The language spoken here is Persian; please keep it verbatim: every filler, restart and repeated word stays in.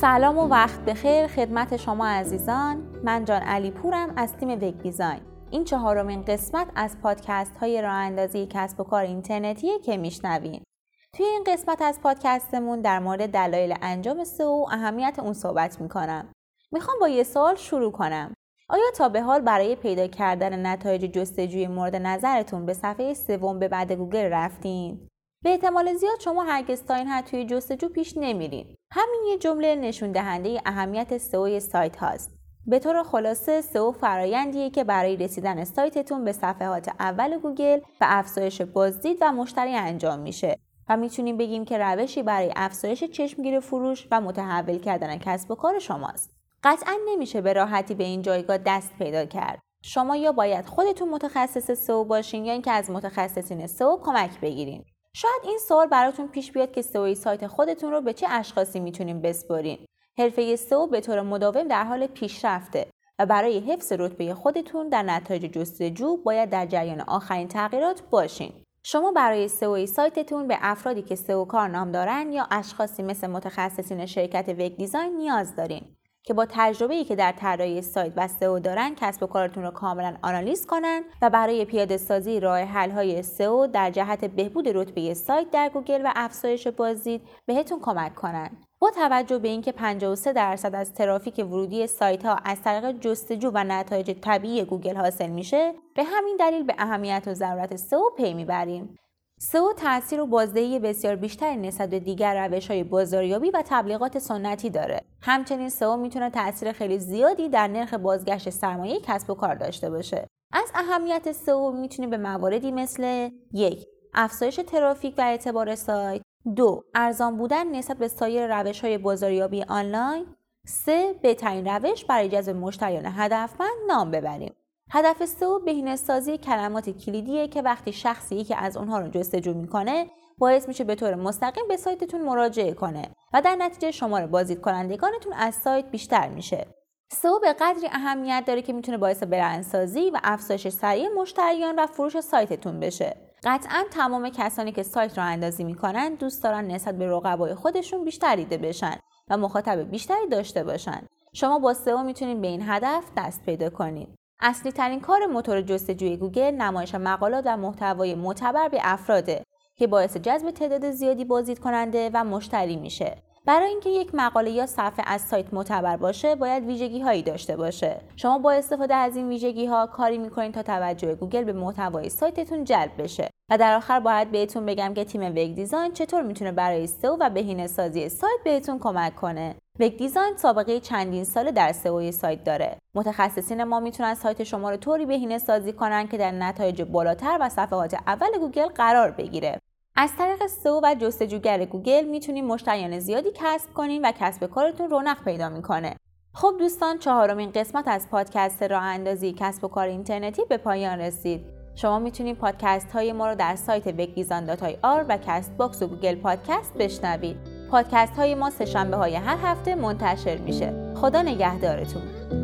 سلام و وقت بخیر خدمت شما عزیزان. من جان علی پورم از تیم وگ دیزاین. این چهارمین قسمت از پادکست های راه اندازی کسب و کار اینترنتیه که میشنوین. توی این قسمت از پادکستمون در مورد دلایل انجام سئو و اهمیت اون صحبت میکنم. میخوام با یه سوال شروع کنم. آیا تا به حال برای پیدا کردن نتایج جستجوی مورد نظرتون به صفحه سوم به بعد گوگل رفتین؟ به احتمال زیاد شما هرگز تا این حد توی جستجو پیش نمیرین. همین یه جمله نشون دهنده اهمیت سئو سایت هاست. به طور خلاصه سئو فرآیندیه که برای رسیدن سایتتون به صفحات اول گوگل و افزایش بازدید و مشتری انجام میشه و میتونیم بگیم که روشی برای افزایش چشمگیر فروش و متحول کردن کسب و کار شماست. قطعاً نمیشه به راحتی به این جایگاه دست پیدا کرد. شما یا باید خودتون متخصص سئو باشین یا اینکه از متخصصین سئو کمک بگیرین. شاید این سوال براتون پیش بیاد که سئو سایت خودتون رو به چه اشخاصی میتونین بسپارین. حرفه سئو به طور مداوم در حال پیشرفته و برای حفظ رتبه خودتون در نتایج جستجو باید در جریان آخرین تغییرات باشین. شما برای سئو سایتتون به افرادی که سئو کار نام دارن یا اشخاصی مثل متخصصین شرکت وگ دیزاین نیاز دارین که با تجربه‌ای که در طراحی سایت و سئو دارن کسب و کارتون رو کاملا آنالیز کنن و برای پیاده سازی راه حل‌های سئو در جهت بهبود رتبه سایت در گوگل و افزایش بازدید بهتون کمک کنن. با توجه به اینکه پنجاه و سه درصد از ترافیک ورودی سایت‌ها از طریق جستجو و نتایج طبیعی گوگل حاصل میشه، به همین دلیل به اهمیت و ضرورت سئو پی میبریم. سئو تأثیر و بازدهی بسیار بیشتری نسبت به دیگر روش‌های بازاریابی و تبلیغات سنتی داره. همچنین سئو میتونه تأثیر خیلی زیادی در نرخ بازگشت سرمایه کسب و کار داشته باشه. از اهمیت سئو میتونیم به مواردی مثل یک افزایش ترافیک و اعتبار سایت، دو ارزان بودن نسبت به سایر روش‌های بازاریابی آنلاین، سه بهترین روش برای جذب مشتریان هدفمند نام ببریم. هدف سئو بهینه‌سازی کلمات کلیدیه که وقتی شخصی که از اونها رو جستجو میکنه باعث میشه به طور مستقیم به سایتتون مراجعه کنه و در نتیجه شمار بازدید کنندگانتون از سایت بیشتر میشه. سئو به قدری اهمیت داره که میتونه باعث برندسازی و افزایش سریع مشتریان و فروش سایتتون بشه. قطعاً تمام کسانی که سایت راه اندازی میکنن دوست دارن نسبت به رقبای خودشون بیشتر دیده بشن و مخاطب بیشتری داشته باشن. شما با سئو میتونید به این هدف دست پیدا کنید. اصلی ترین کار موتور جستجوی گوگل نمایش مقالات و محتوای معتبر به افراده که باعث جذب تعداد زیادی بازدید کننده و مشتری میشه. برای اینکه یک مقاله یا صفحه از سایت معتبر باشه باید ویژگی هایی داشته باشه. شما با استفاده از این ویژگی ها کاری میکنید تا توجه گوگل به محتوای سایتتون جلب بشه. و در آخر باید بهتون بگم که تیم وگ دیزاین چطور میتونه برای سئو و بهینه‌سازی سایت بهتون کمک کنه. وگ دیزاین سابقه چندین ساله در سئو سایت داره. متخصصین ما میتونن سایت شما رو طوری بهینه‌سازی کنن که در نتایج بالاتر و صفحات اول گوگل قرار بگیره. از طریق سئو و جستجوگر گوگل میتونید مشتریان زیادی کسب کنین و کسب کارتون رونق پیدا میکنه. خب دوستان، چهارمین قسمت از پادکست راه اندازی کسب و کار اینترنتی به پایان رسید. شما میتونید پادکست های ما رو در سایت وگ دیزاین دات آی آر و کست باکس و گوگل پادکست بشنوید. پادکست های ما سه شنبه های هر هفته منتشر میشه. خدا نگهدارتون.